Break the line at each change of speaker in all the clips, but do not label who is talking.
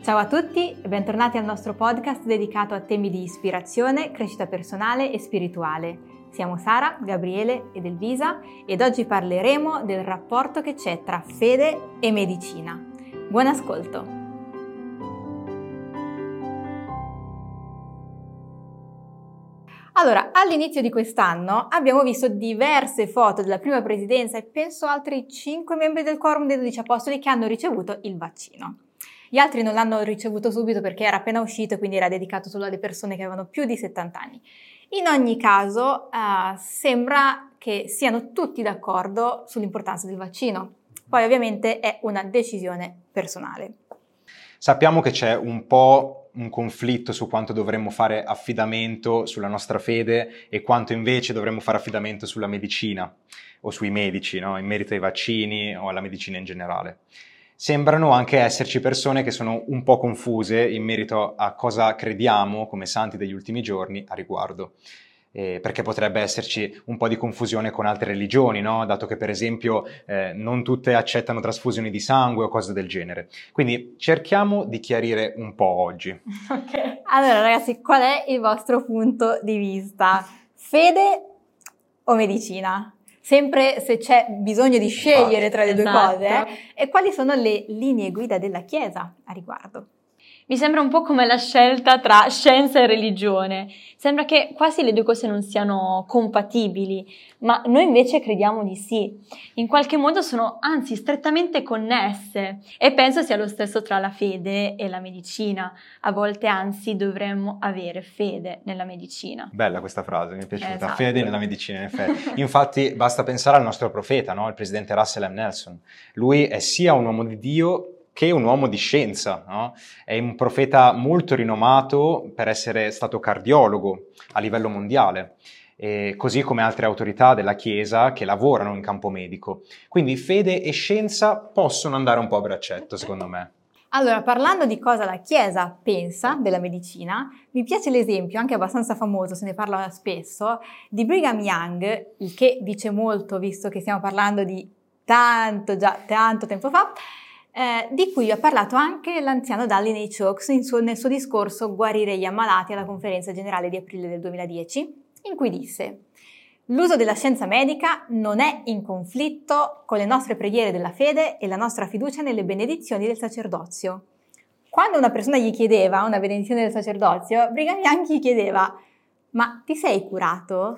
Ciao a tutti e bentornati al nostro podcast dedicato a temi di ispirazione, crescita personale e spirituale. Siamo Sara, Gabriele ed Elvisa ed oggi parleremo del rapporto che c'è tra fede e medicina. Buon ascolto! Allora, all'inizio di quest'anno abbiamo visto diverse foto della prima presidenza e penso altri 5 membri del Quorum dei 12 Apostoli che hanno ricevuto il vaccino. Gli altri non l'hanno ricevuto subito perché era appena uscito e quindi era dedicato solo alle persone che avevano più di 70 anni. In ogni caso, sembra che siano tutti d'accordo sull'importanza del vaccino. Poi ovviamente è una decisione personale.
Sappiamo che c'è un po' un conflitto su quanto dovremmo fare affidamento sulla nostra fede e quanto invece dovremmo fare affidamento sulla medicina o sui medici, no? In merito ai vaccini o alla medicina in generale. Sembrano anche esserci persone che sono un po' confuse in merito a cosa crediamo come santi degli ultimi giorni a riguardo. Perché potrebbe esserci un po' di confusione con altre religioni, no? Dato che per esempio non tutte accettano trasfusioni di sangue o cose del genere. Quindi cerchiamo di chiarire un po' oggi.
Ok. Allora ragazzi, qual è il vostro punto di vista? Fede o medicina? Sempre se c'è bisogno di scegliere tra le due cose, e quali sono le linee guida della Chiesa a riguardo?
Mi sembra un po' come la scelta tra scienza e religione. Sembra che quasi le due cose non siano compatibili, ma noi invece crediamo di sì. In qualche modo sono anzi strettamente connesse e penso sia lo stesso tra la fede e la medicina. A volte anzi dovremmo avere fede nella medicina.
Bella questa frase, mi è piaciuta.
Esatto.
Fede nella medicina, in effetti. Infatti basta pensare al nostro profeta, no? Il presidente Russell M. Nelson. Lui è sia un uomo di Dio che un uomo di scienza, no? È un profeta molto rinomato per essere stato cardiologo a livello mondiale, così come altre autorità della Chiesa che lavorano in campo medico. Quindi fede e scienza possono andare un po' a braccetto, secondo me.
Allora, parlando di cosa la Chiesa pensa della medicina, mi piace l'esempio, anche abbastanza famoso, se ne parla spesso, di Brigham Young, il che dice molto, visto che stiamo parlando di tanto tempo fa, di cui ha parlato anche l'anziano Dallin H. Oaks nel suo discorso Guarire gli ammalati alla conferenza generale di aprile del 2010, in cui disse: l'uso della scienza medica non è in conflitto con le nostre preghiere della fede e la nostra fiducia nelle benedizioni del sacerdozio. Quando una persona gli chiedeva una benedizione del sacerdozio, Brigham Young gli chiedeva: ma ti sei curato?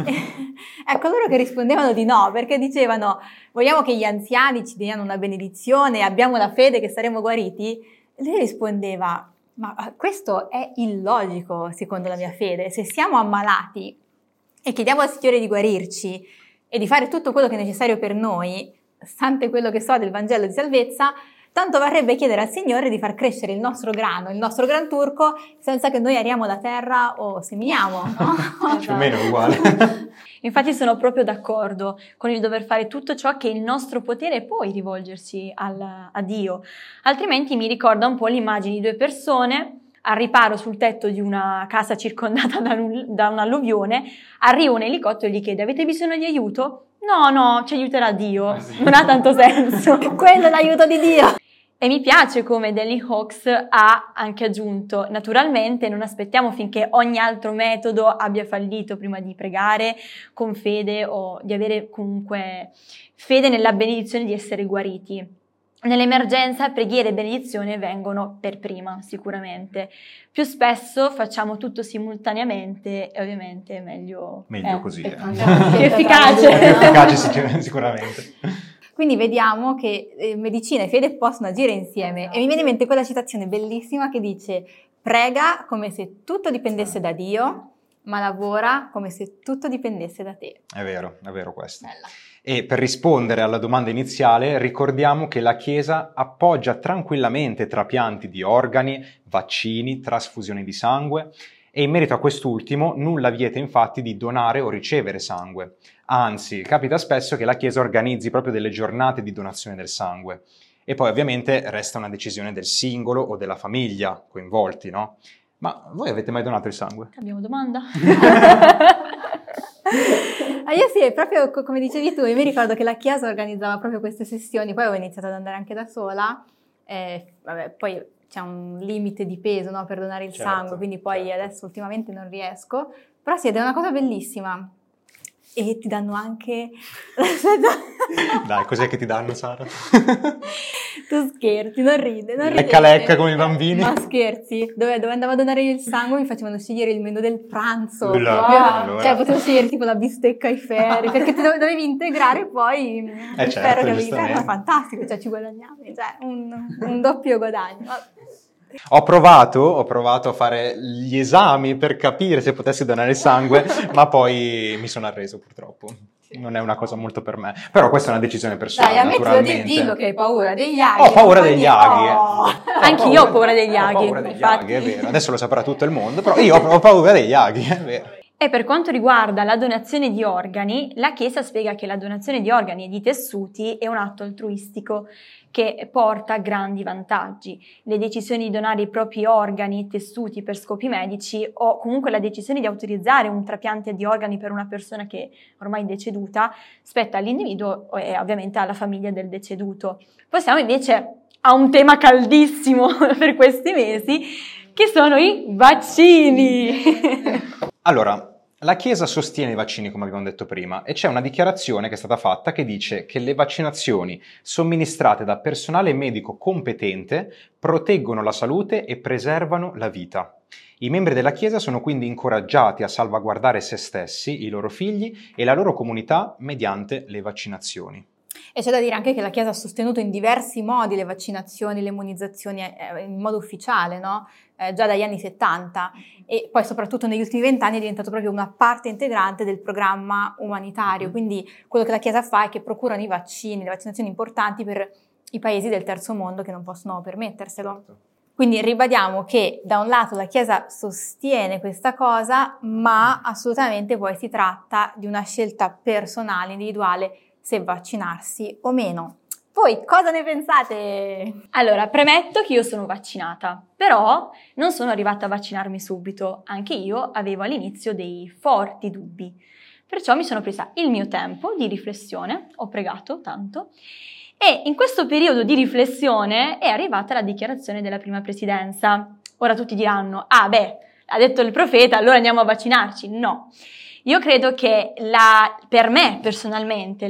Ecco, loro che rispondevano di no, perché dicevano: vogliamo che gli anziani ci diano una benedizione, abbiamo la fede che saremo guariti? E lui rispondeva: ma questo è illogico secondo la mia fede. Se siamo ammalati e chiediamo al Signore di guarirci e di fare tutto quello che è necessario per noi, stante quello che so del Vangelo di salvezza, tanto varrebbe chiedere al Signore di far crescere il nostro grano, il nostro gran turco, senza che noi ariamo la terra o seminiamo, no?
Più o meno uguale.
Infatti sono proprio d'accordo con il dover fare tutto ciò che è il nostro potere e poi rivolgersi a Dio. Altrimenti mi ricorda un po' l'immagine di due persone al riparo sul tetto di una casa circondata da un'alluvione. Arriva un elicottero e gli chiede: avete bisogno di aiuto? No, ci aiuterà Dio. Sì. Non ha tanto senso.
Quello è l'aiuto di Dio.
E mi piace come Dallin Oaks ha anche aggiunto: naturalmente non aspettiamo finché ogni altro metodo abbia fallito prima di pregare con fede o di avere comunque fede nella benedizione di essere guariti. Nell'emergenza preghiere e benedizione vengono per prima, sicuramente. Più spesso facciamo tutto simultaneamente e ovviamente meglio
così.
Più efficace.
Efficace sicuramente.
Quindi vediamo che medicina e fede possono agire insieme. E mi viene in mente quella citazione bellissima che dice: prega come se tutto dipendesse da Dio, ma lavora come se tutto dipendesse da te.
È vero questo.
Bella.
E per rispondere alla domanda iniziale, ricordiamo che la Chiesa appoggia tranquillamente trapianti di organi, vaccini, trasfusioni di sangue, e in merito a quest'ultimo nulla vieta infatti di donare o ricevere sangue. Anzi, capita spesso che la Chiesa organizzi proprio delle giornate di donazione del sangue. E poi ovviamente resta una decisione del singolo o della famiglia coinvolti, no? Ma voi avete mai donato il sangue?
Abbiamo domanda?
Io sì, proprio come dicevi tu, io mi ricordo che la Chiesa organizzava proprio queste sessioni, poi avevo iniziato ad andare anche da sola, poi c'è un limite di peso, no, per donare il sangue, quindi poi adesso ultimamente non riesco, però sì, ed è una cosa bellissima. E ti danno anche...
Dai, cos'è che ti danno, Sara?
Tu scherzi, non ride.
Lecca come i bambini.
Ma scherzi, dove andavo a donare il sangue mi facevano scegliere il menù del pranzo.
Allora.
Cioè potevo scegliere tipo la bistecca ai ferri, perché ti dovevi integrare poi il ferro che avevi. Era fantastico, cioè ci guadagnavi, cioè un doppio guadagno.
Ho provato a fare gli esami per capire se potessi donare il sangue, ma poi mi sono arreso purtroppo. Non è una cosa molto per me. Però questa è una decisione personale,
Dai,
naturalmente.
Dillo che hai paura degli aghi.
Ho paura degli aghi.
Anch'io ho paura degli aghi.
Ho paura degli aghi, è vero. Adesso lo saprà tutto il mondo, però io ho paura degli aghi, è vero.
E per quanto riguarda la donazione di organi, la Chiesa spiega che la donazione di organi e di tessuti è un atto altruistico che porta grandi vantaggi. Le decisioni di donare i propri organi e tessuti per scopi medici o comunque la decisione di autorizzare un trapiante di organi per una persona che è ormai deceduta spetta all'individuo e ovviamente alla famiglia del deceduto. Passiamo invece a un tema caldissimo per questi mesi, che sono i vaccini.
Allora, la Chiesa sostiene i vaccini, come abbiamo detto prima, e c'è una dichiarazione che è stata fatta che dice che le vaccinazioni somministrate da personale medico competente proteggono la salute e preservano la vita. I membri della Chiesa sono quindi incoraggiati a salvaguardare se stessi, i loro figli e la loro comunità mediante le vaccinazioni.
E c'è da dire anche che la Chiesa ha sostenuto in diversi modi le vaccinazioni, le immunizzazioni in modo ufficiale, no? Già dagli anni 70 e poi soprattutto negli ultimi 20 anni è diventato proprio una parte integrante del programma umanitario. Quindi quello che la Chiesa fa è che procurano i vaccini, le vaccinazioni importanti per i paesi del terzo mondo che non possono permetterselo. Quindi ribadiamo che da un lato la Chiesa sostiene questa cosa, ma assolutamente poi si tratta di una scelta personale, individuale, se vaccinarsi o meno. Voi cosa ne pensate?
Allora, premetto che io sono vaccinata, però non sono arrivata a vaccinarmi subito. Anche io avevo all'inizio dei forti dubbi. Perciò mi sono presa il mio tempo di riflessione, ho pregato tanto, e in questo periodo di riflessione è arrivata la dichiarazione della prima presidenza. Ora tutti diranno, ha detto il profeta, allora andiamo a vaccinarci. No. Io credo che per me personalmente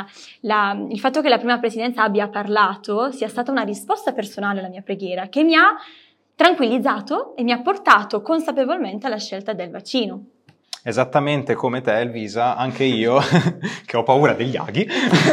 il fatto che la prima presidenza abbia parlato sia stata una risposta personale alla mia preghiera che mi ha tranquillizzato e mi ha portato consapevolmente alla scelta del vaccino.
Esattamente come te, Elvisa, anche io, che ho paura degli aghi,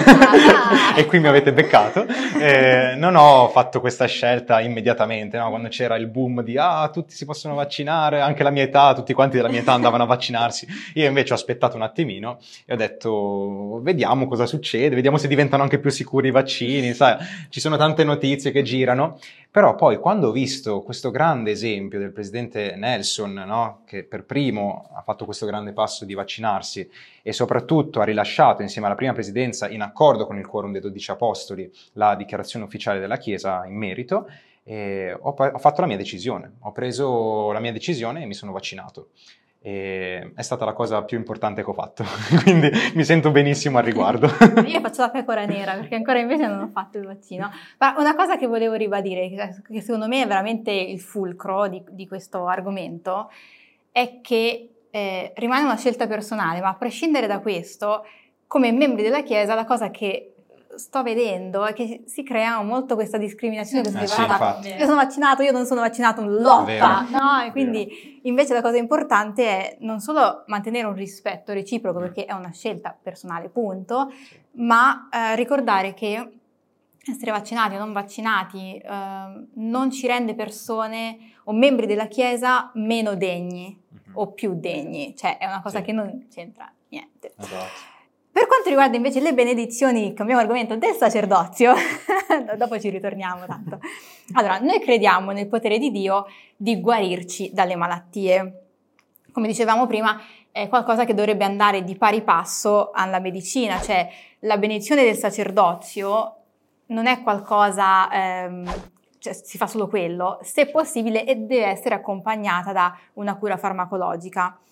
e qui mi avete beccato, non ho fatto questa scelta immediatamente, no? Quando c'era il boom di tutti si possono vaccinare, anche la mia età, tutti quanti della mia età andavano a vaccinarsi, io invece ho aspettato un attimino e ho detto vediamo cosa succede, vediamo se diventano anche più sicuri i vaccini, sai, ci sono tante notizie che girano. Però poi quando ho visto questo grande esempio del presidente Nelson, no? Che per primo ha fatto questo grande passo di vaccinarsi e soprattutto ha rilasciato insieme alla prima presidenza, in accordo con il quorum dei 12 apostoli, la dichiarazione ufficiale della Chiesa in merito, ho fatto la mia decisione. Ho preso la mia decisione e mi sono vaccinato. E è stata la cosa più importante che ho fatto, quindi mi sento benissimo al riguardo.
Io faccio la pecora nera perché ancora invece non ho fatto il vaccino. Ma una cosa che volevo ribadire, che secondo me è veramente il fulcro di questo argomento, è che rimane una scelta personale, ma a prescindere da questo, come membri della Chiesa, la cosa che sto vedendo è che si crea molto questa discriminazione, io sono vaccinato, io non sono vaccinato, lotta, no? E quindi invece la cosa importante è non solo mantenere un rispetto reciproco, perché è una scelta personale, punto, ma ricordare che essere vaccinati o non vaccinati non ci rende persone o membri della Chiesa meno degni o più degni, cioè è una cosa che non c'entra niente.
Esatto.
Per quanto riguarda invece le benedizioni, cambiamo argomento, del sacerdozio, dopo ci ritorniamo tanto. Allora, noi crediamo nel potere di Dio di guarirci dalle malattie. Come dicevamo prima, è qualcosa che dovrebbe andare di pari passo alla medicina, cioè la benedizione del sacerdozio non è qualcosa, cioè si fa solo quello, se possibile, e deve essere accompagnata da una cura farmacologica.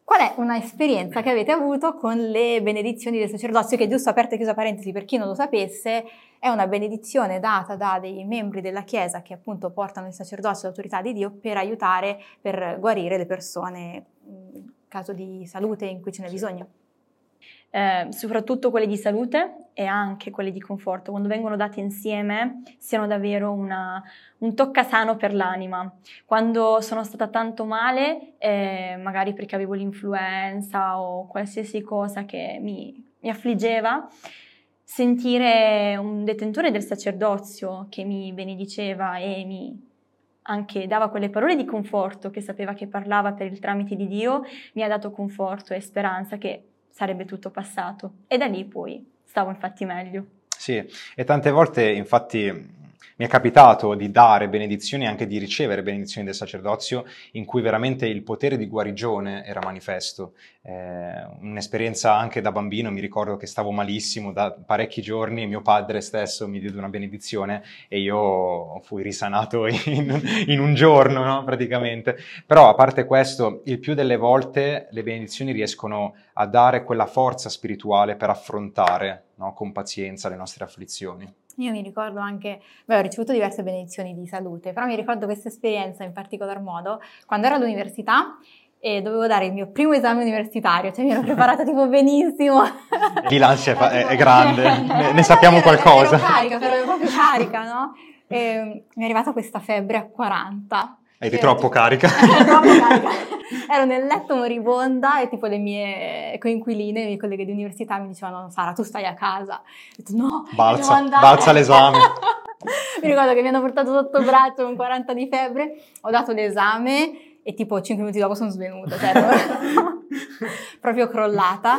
Qual è una esperienza che avete avuto con le benedizioni del sacerdozio, che, giusto aperta e chiusa parentesi per chi non lo sapesse, è una benedizione data da dei membri della Chiesa che appunto portano il sacerdozio, l'autorità di Dio, per aiutare, per guarire le persone in caso di salute in cui ce n'è bisogno.
Soprattutto quelle di salute e anche quelle di conforto, quando vengono date insieme, siano davvero un toccasano per l'anima. Quando sono stata tanto male, magari perché avevo l'influenza o qualsiasi cosa che mi affliggeva, sentire un detentore del sacerdozio che mi benediceva e mi anche dava quelle parole di conforto, che sapeva che parlava per il tramite di Dio, mi ha dato conforto e speranza che sarebbe tutto passato, e da lì poi stavo infatti meglio.
Sì, e tante volte infatti mi è capitato di dare benedizioni e anche di ricevere benedizioni del sacerdozio in cui veramente il potere di guarigione era manifesto. Un'esperienza anche da bambino, mi ricordo che stavo malissimo da parecchi giorni e mio padre stesso mi diede una benedizione e io fui risanato in un giorno, no? Praticamente. Però a parte questo, il più delle volte le benedizioni riescono a dare quella forza spirituale per affrontare, no, con pazienza le nostre afflizioni.
Io mi ricordo anche, ho ricevuto diverse benedizioni di salute, però mi ricordo questa esperienza in particolar modo quando ero all'università e dovevo dare il mio primo esame universitario, cioè mi ero preparata tipo benissimo.
Lì l'ansia è grande, ne sappiamo qualcosa.
Ero proprio carica, no? E mi è arrivata questa febbre a 40.
Eri troppo carica.
Ero nel letto moribonda e tipo le mie coinquiline, le mie colleghe di università mi dicevano: Sara, tu stai a casa. Ho detto no,
balza l'esame.
Mi ricordo che mi hanno portato sotto braccio con 40 di febbre, ho dato l'esame e tipo 5 minuti dopo sono svenuta, cioè proprio crollata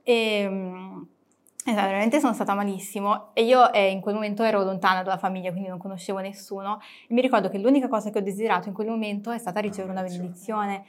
veramente sono stata malissimo e io in quel momento ero lontana dalla famiglia, quindi non conoscevo nessuno e mi ricordo che l'unica cosa che ho desiderato in quel momento è stata ricevere una benedizione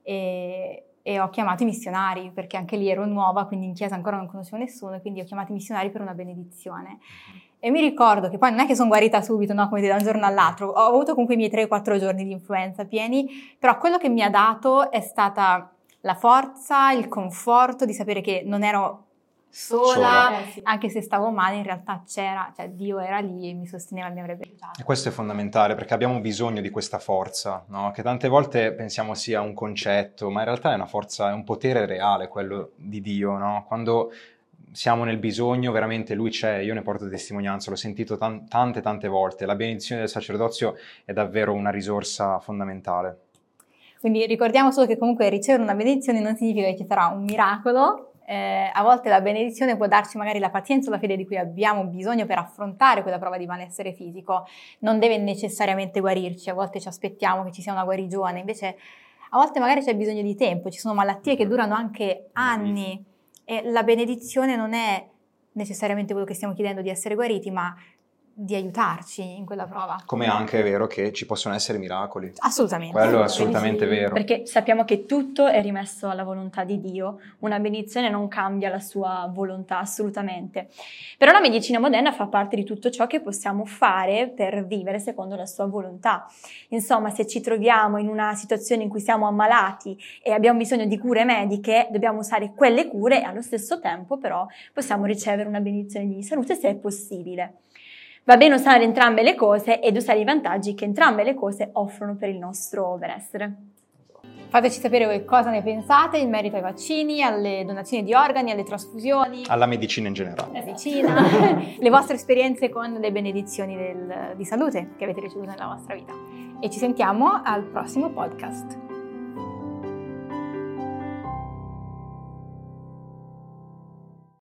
e ho chiamato i missionari, perché anche lì ero nuova, quindi in chiesa ancora non conoscevo nessuno e quindi ho chiamato i missionari per una benedizione. E mi ricordo che poi non è che sono guarita subito, no, come dire, da un giorno all'altro, ho avuto comunque i miei 3-4 giorni di influenza pieni, però quello che mi ha dato è stata la forza, il conforto di sapere che non ero sola. Anche se stavo male in realtà c'era, cioè Dio era lì e mi sosteneva e mi avrebbe aiutato.
E questo è fondamentale perché abbiamo bisogno di questa forza, no? Che tante volte pensiamo sia un concetto, ma in realtà è una forza, è un potere reale quello di Dio, no? Quando siamo nel bisogno veramente Lui c'è, io ne porto testimonianza, l'ho sentito tante volte, la benedizione del sacerdozio è davvero una risorsa fondamentale.
Quindi ricordiamo solo che comunque ricevere una benedizione non significa che ci sarà un miracolo. A volte la benedizione può darci magari la pazienza o la fede di cui abbiamo bisogno per affrontare quella prova di malessere fisico, non deve necessariamente guarirci, a volte ci aspettiamo che ci sia una guarigione, invece a volte magari c'è bisogno di tempo, ci sono malattie che durano anche anni e la benedizione non è necessariamente quello che stiamo chiedendo di essere guariti, ma di aiutarci in quella prova.
Come anche è vero che ci possono essere miracoli.
Assolutamente.
Quello è assolutamente vero.
Perché sappiamo che tutto è rimesso alla volontà di Dio, una benedizione non cambia la sua volontà assolutamente. Però la medicina moderna fa parte di tutto ciò che possiamo fare per vivere secondo la sua volontà. Insomma, se ci troviamo in una situazione in cui siamo ammalati e abbiamo bisogno di cure mediche, dobbiamo usare quelle cure e allo stesso tempo però possiamo ricevere una benedizione di salute se è possibile. Va bene usare entrambe le cose ed usare i vantaggi che entrambe le cose offrono per il nostro benessere.
Fateci sapere voi cosa ne pensate in merito ai vaccini, alle donazioni di organi, alle trasfusioni.
Alla medicina in generale.
Le vostre esperienze con le benedizioni di salute che avete ricevuto nella vostra vita. E ci sentiamo al prossimo podcast.